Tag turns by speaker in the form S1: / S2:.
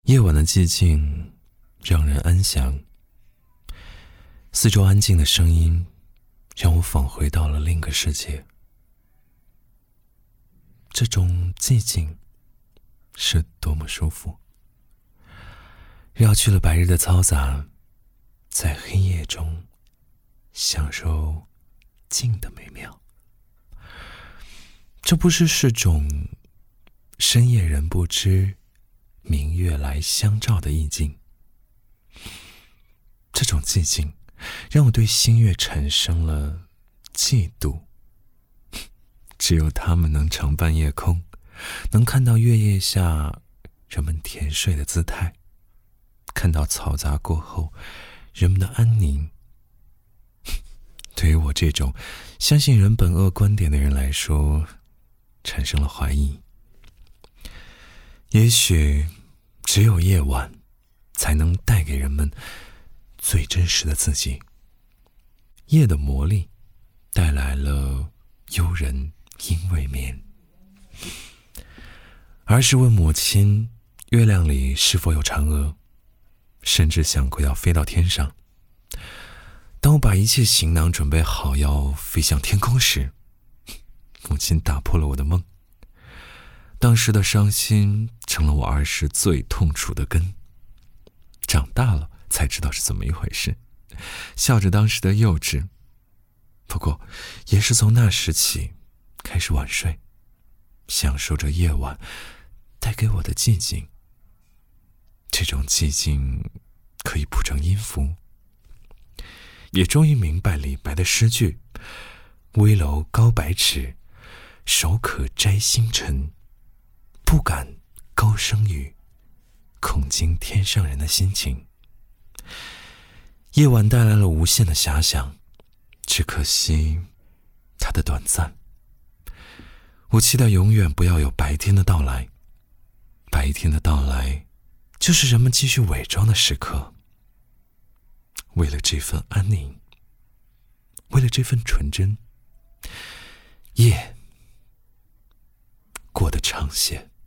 S1: 夜晚的寂静让人安详，四周安静的声音让我仿回到了另一个世界。这种寂静是多么舒服，绕去了白日的嘈杂，在黑夜中享受静的美妙。这不是种深夜人不知明月来相照的意境。这种寂静让我对星月产生了嫉妒。只有他们能常伴夜空，能看到月夜下人们甜睡的姿态，看到嘈杂过后人们的安宁。对于我这种相信人本恶观点的人来说，产生了怀疑。也许只有夜晚才能带给人们最真实的自己。夜的魔力带来了幽人因未眠。儿时问母亲月亮里是否有嫦娥，甚至想过要飞到天上。当我把一切行囊准备好要飞向天空时，母亲打破了我的梦。当时的伤心成了我儿时最痛楚的根。长大了才知道是怎么一回事，笑着当时的幼稚。不过也是从那时起开始晚睡，享受着夜晚带给我的寂静。这种寂静可以谱成音符。也终于明白李白的诗句：危楼高百尺，手可摘星辰，不敢高声语，恐惊天上人的心情。夜晚带来了无限的遐想，只可惜它的短暂。我期待永远不要有白天的到来。白天的到来就是人们继续伪装的时刻。为了这份安宁，为了这份纯真，夜过得长些。